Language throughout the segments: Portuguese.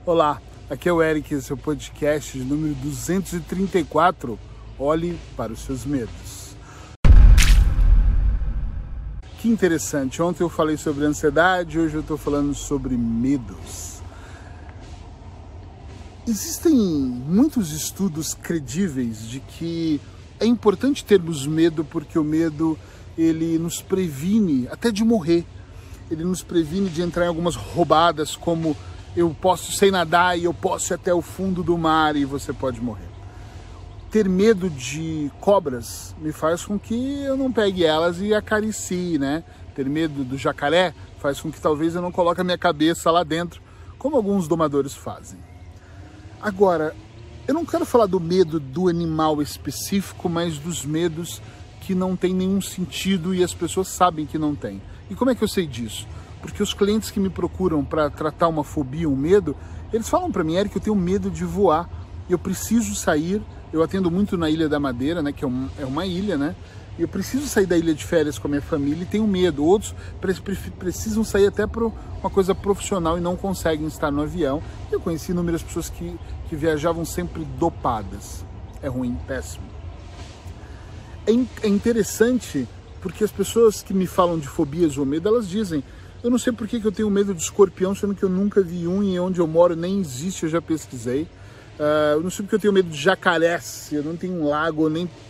Olá, aqui é o Eric, esse é o podcast de número 234. Olhe para os seus medos. Que interessante, ontem eu falei sobre ansiedade, hoje eu estou falando sobre medos. Existem muitos estudos credíveis de que é importante termos medo porque o medo ele nos previne até de morrer. Ele nos previne de entrar em algumas roubadas como eu sei nadar e eu posso ir até o fundo do mar e você pode morrer. Ter medo de cobras me faz com que eu não pegue elas e acaricie, né? Ter medo do jacaré faz com que talvez eu não coloque a minha cabeça lá dentro, como alguns domadores fazem. Agora, eu não quero falar do medo do animal específico, mas dos medos que não tem nenhum sentido e as pessoas sabem que não tem. E como é que eu sei disso? Porque os clientes que me procuram para tratar uma fobia, um medo, eles falam para mim, Eric, eu tenho medo de voar, eu preciso sair, eu atendo muito na Ilha da Madeira, né, que é uma ilha, né, eu preciso sair da ilha de férias com a minha família e tenho medo. Outros precisam sair até para uma coisa profissional e não conseguem estar no avião. Eu conheci inúmeras pessoas que viajavam sempre dopadas. É ruim, péssimo. É interessante porque as pessoas que me falam de fobias ou medo, elas dizem, eu não sei por que eu tenho medo de escorpião, sendo que eu nunca vi um e onde eu moro nem existe, eu já pesquisei. Eu não sei porque eu tenho medo de jacarés, eu não tenho um lago,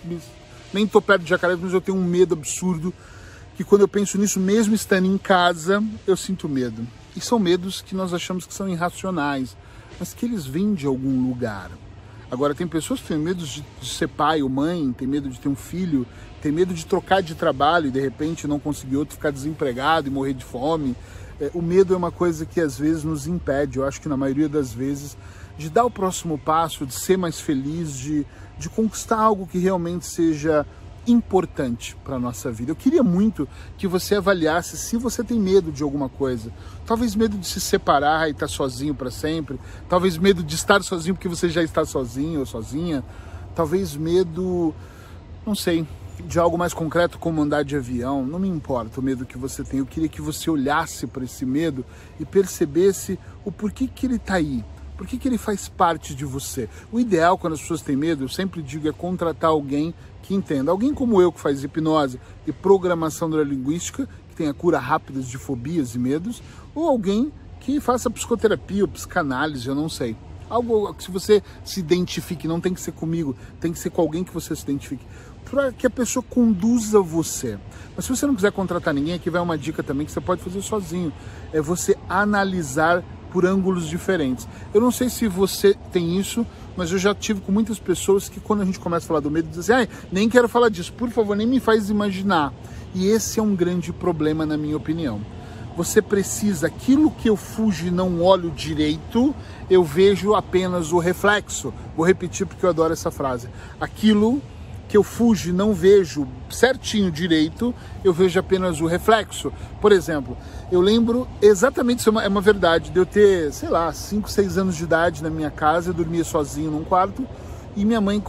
nem tô perto de jacarés, mas eu tenho um medo absurdo, que quando eu penso nisso, mesmo estando em casa, eu sinto medo. E são medos que nós achamos que são irracionais, mas que eles vêm de algum lugar. Agora, tem pessoas que têm medo de ser pai ou mãe, tem medo de ter um filho, tem medo de trocar de trabalho e de repente não conseguir outro, ficar desempregado e morrer de fome. O medo é uma coisa que às vezes nos impede, eu acho que na maioria das vezes, de dar o próximo passo, de ser mais feliz, de conquistar algo que realmente seja importante para a nossa vida. Eu queria muito que você avaliasse se você tem medo de alguma coisa. Talvez medo de se separar e estar sozinho para sempre. Talvez medo de estar sozinho porque você já está sozinho ou sozinha. Talvez medo, não sei, de algo mais concreto como andar de avião. Não me importa o medo que você tem. Eu queria que você olhasse para esse medo e percebesse o porquê que ele está aí. Por que ele faz parte de você? O ideal, quando as pessoas têm medo, eu sempre digo, é contratar alguém que entenda. Alguém como eu, que faz hipnose e programação neurolinguística, que tenha cura rápida de fobias e medos, ou alguém que faça psicoterapia ou psicanálise, eu não sei. Algo que se você se identifique, não tem que ser comigo, tem que ser com alguém que você se identifique, para que a pessoa conduza você. Mas se você não quiser contratar ninguém, aqui vai uma dica também que você pode fazer sozinho. É você analisar por ângulos diferentes. Eu não sei se você tem isso, mas eu já tive com muitas pessoas que quando a gente começa a falar do medo, dizem assim, nem quero falar disso, por favor, nem me faz imaginar. E esse é um grande problema na minha opinião. Você precisa, aquilo que eu fujo e não olho direito, eu vejo apenas o reflexo. Vou repetir porque eu adoro essa frase. Aquilo que eu fujo e não vejo certinho direito, eu vejo apenas o reflexo. Por exemplo, eu lembro exatamente, isso é uma verdade, de eu ter, sei lá, 5, 6 anos de idade na minha casa, eu dormia sozinho num quarto, e minha mãe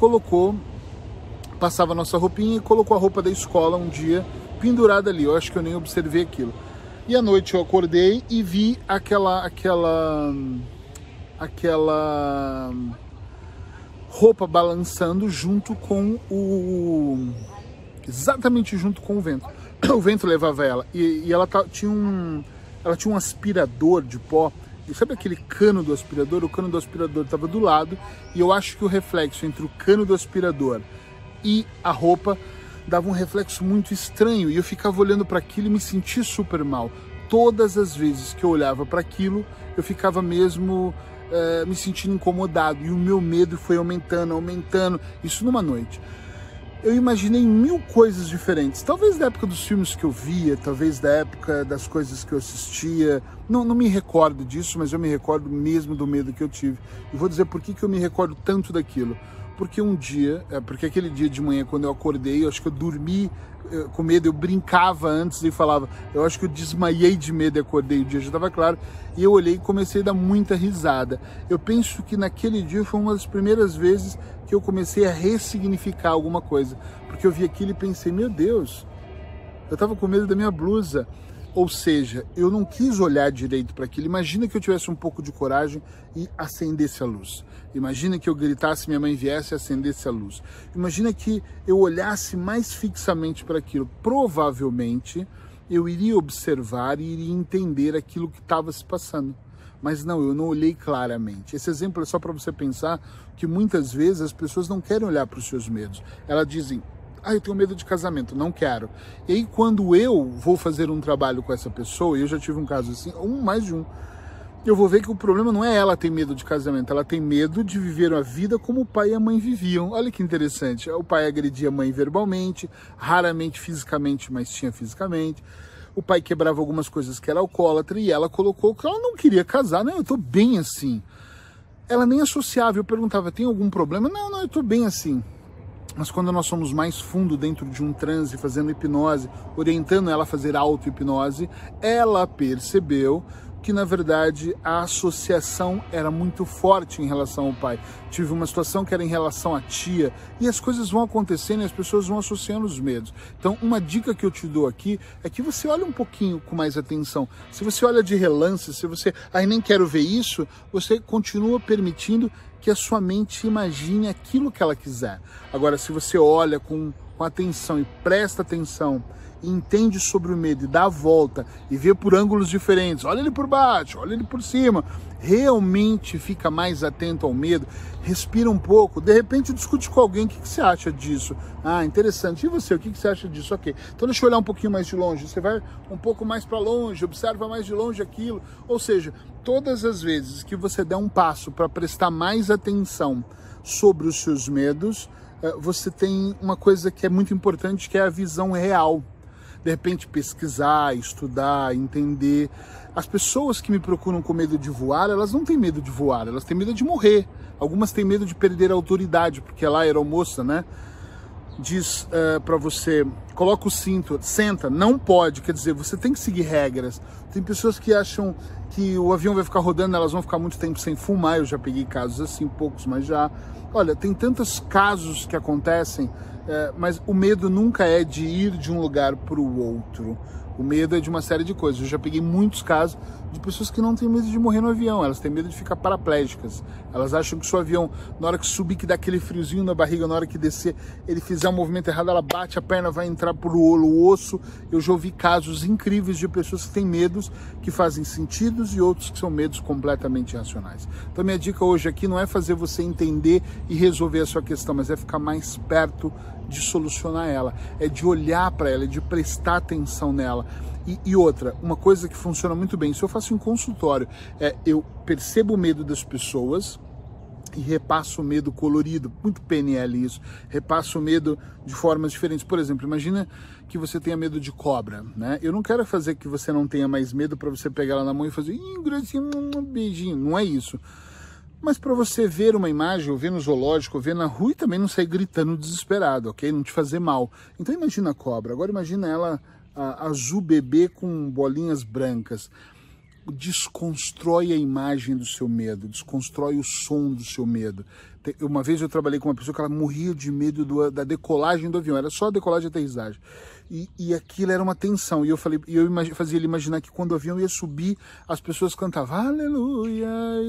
passava a nossa roupinha e colocou a roupa da escola um dia pendurada ali, eu acho que eu nem observei aquilo. E à noite eu acordei e vi aquela roupa balançando exatamente junto com o vento. O vento levava ela e ela tinha um aspirador de pó. E sabe aquele cano do aspirador? O cano do aspirador estava do lado e eu acho que o reflexo entre o cano do aspirador e a roupa dava um reflexo muito estranho e eu ficava olhando para aquilo e me sentia super mal. Todas as vezes que eu olhava para aquilo, eu ficava mesmo me sentindo incomodado e o meu medo foi aumentando, isso numa noite. Eu imaginei 1000 coisas diferentes, talvez da época dos filmes que eu via, talvez da época das coisas que eu assistia, não me recordo disso, mas eu me recordo mesmo do medo que eu tive. E vou dizer por que eu me recordo tanto daquilo. Porque porque aquele dia de manhã, quando eu acordei, eu acho que eu dormi com medo, eu brincava antes e falava, eu acho que eu desmaiei de medo e acordei, o dia já estava claro, e eu olhei e comecei a dar muita risada. Eu penso que naquele dia foi uma das primeiras vezes que eu comecei a ressignificar alguma coisa, porque eu vi aquilo e pensei, meu Deus, eu estava com medo da minha blusa, Ou seja, eu não quis olhar direito para aquilo. Imagina que eu tivesse um pouco de coragem e acendesse a luz. Imagina que eu gritasse, minha mãe viesse e acendesse a luz. Imagina que eu olhasse mais fixamente para aquilo. Provavelmente eu iria observar e iria entender aquilo que estava se passando. Mas não, eu não olhei claramente. Esse exemplo é só para você pensar que muitas vezes as pessoas não querem olhar para os seus medos. Elas dizem, eu tenho medo de casamento, não quero. E aí quando eu vou fazer um trabalho com essa pessoa, e eu já tive um caso assim, mais de um, eu vou ver que o problema não é ela ter medo de casamento, ela tem medo de viver a vida como o pai e a mãe viviam. Olha que interessante, o pai agredia a mãe verbalmente, raramente fisicamente, mas tinha fisicamente. O pai quebrava algumas coisas que era alcoólatra e ela colocou que ela não queria casar. Não, eu tô bem assim. Ela nem associava, eu perguntava, tem algum problema? Não, eu tô bem assim. Mas quando nós somos mais fundo dentro de um transe, fazendo hipnose, orientando ela a fazer auto-hipnose, ela percebeu que, na verdade, a associação era muito forte em relação ao pai. Tive uma situação que era em relação à tia, e as coisas vão acontecendo e as pessoas vão associando os medos. Então, uma dica que eu te dou aqui é que você olhe um pouquinho com mais atenção. Se você olha de relance, se você, nem quero ver isso, você continua permitindo que a sua mente imagine aquilo que ela quiser. Agora, se você olha com atenção e presta atenção, entende sobre o medo e dá a volta e vê por ângulos diferentes, olha ele por baixo, olha ele por cima, realmente fica mais atento ao medo, respira um pouco, de repente discute com alguém, o que você acha disso? Interessante, e você, o que você acha disso? Ok, então deixa eu olhar um pouquinho mais de longe, você vai um pouco mais para longe, observa mais de longe aquilo, ou seja, todas as vezes que você der um passo para prestar mais atenção sobre os seus medos, você tem uma coisa que é muito importante, que é a visão real. De repente pesquisar, estudar, entender. As pessoas que me procuram com medo de voar, elas não têm medo de voar, elas têm medo de morrer. Algumas têm medo de perder a autoridade, porque lá a aeromoça, né, diz para você, coloca o cinto, senta, não pode, quer dizer, você tem que seguir regras. Tem pessoas que acham que o avião vai ficar rodando, elas vão ficar muito tempo sem fumar, eu já peguei casos assim, poucos, mas já. Olha, tem tantos casos que acontecem, mas o medo nunca é de ir de um lugar para o outro. O medo é de uma série de coisas. Eu já peguei muitos casos de pessoas que não têm medo de morrer no avião, elas têm medo de ficar paraplégicas. Elas acham que se o avião, na hora que subir, que dá aquele friozinho na barriga, na hora que descer, ele fizer um movimento errado, ela bate, a perna vai entrar por o osso. Eu já ouvi casos incríveis de pessoas que têm medos que fazem sentidos e outros que são medos completamente irracionais. Então minha dica hoje aqui não é fazer você entender e resolver a sua questão, mas é ficar mais perto de solucionar ela, é de olhar para ela, é de prestar atenção nela. E outra, uma coisa que funciona muito bem, se eu faço em consultório, eu percebo o medo das pessoas e repasso o medo colorido, muito PNL isso, repasso o medo de formas diferentes. Por exemplo, imagina que você tenha medo de cobra, né? Eu não quero fazer que você não tenha mais medo para você pegar ela na mão e fazer um beijinho, não é isso. Mas para você ver uma imagem, ou ver no zoológico, ou ver na rua e também não sair gritando desesperado, ok? Não te fazer mal. Então imagina a cobra, agora imagina ela azul bebê com bolinhas brancas. Desconstrói a imagem do seu medo, desconstrói o som do seu medo. Uma vez eu trabalhei com uma pessoa que ela morria de medo da decolagem do avião, era só a decolagem e aterrissagem. E aquilo era uma tensão, e eu fazia ele imaginar que quando o avião ia subir, as pessoas cantavam aleluia,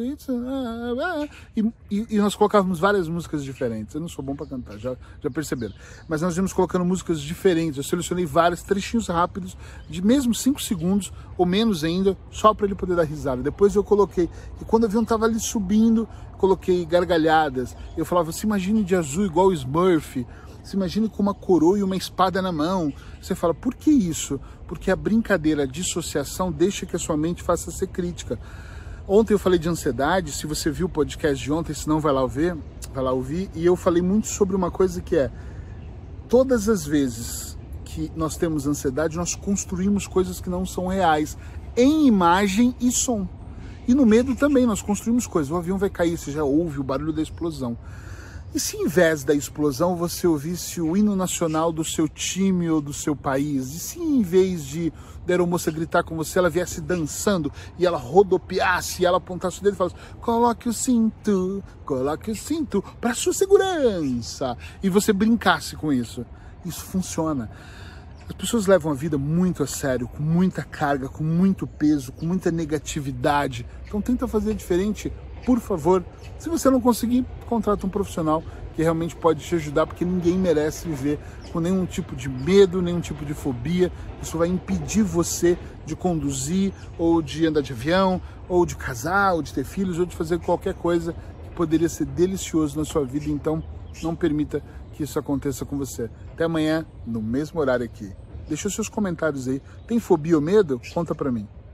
e nós colocávamos várias músicas diferentes. Eu não sou bom para cantar, já perceberam, mas nós íamos colocando músicas diferentes. Eu selecionei vários trechinhos rápidos, de mesmo 5 segundos, ou menos ainda, só para ele poder dar risada. Depois eu coloquei, e quando o avião estava ali subindo, coloquei gargalhadas. Eu falava, se imagine de azul igual o Smurf, se imagine com uma coroa e uma espada na mão. Você fala, por que isso? Porque a brincadeira, a dissociação deixa que a sua mente faça ser crítica. Ontem eu falei de ansiedade, se você viu o podcast de ontem, se não vai lá ouvir, e eu falei muito sobre uma coisa que é, todas as vezes que nós temos ansiedade, nós construímos coisas que não são reais, em imagem e som. E no medo também, nós construímos coisas. O avião vai cair, você já ouve o barulho da explosão. E se em vez da explosão você ouvisse o hino nacional do seu time ou do seu país? E se em vez da aeromoça gritar com você, ela viesse dançando e ela rodopiasse e ela apontasse o dedo e falasse, coloque o cinto para sua segurança. E você brincasse com isso. Isso funciona. As pessoas levam a vida muito a sério, com muita carga, com muito peso, com muita negatividade. Então tenta fazer diferente, por favor. Se você não conseguir, contrata um profissional que realmente pode te ajudar, porque ninguém merece viver com nenhum tipo de medo, nenhum tipo de fobia. Isso vai impedir você de conduzir, ou de andar de avião, ou de casar, ou de ter filhos, ou de fazer qualquer coisa que poderia ser delicioso na sua vida. Então não permita que isso aconteça com você. Até amanhã, no mesmo horário aqui. Deixa os seus comentários aí. Tem fobia ou medo? Conta pra mim.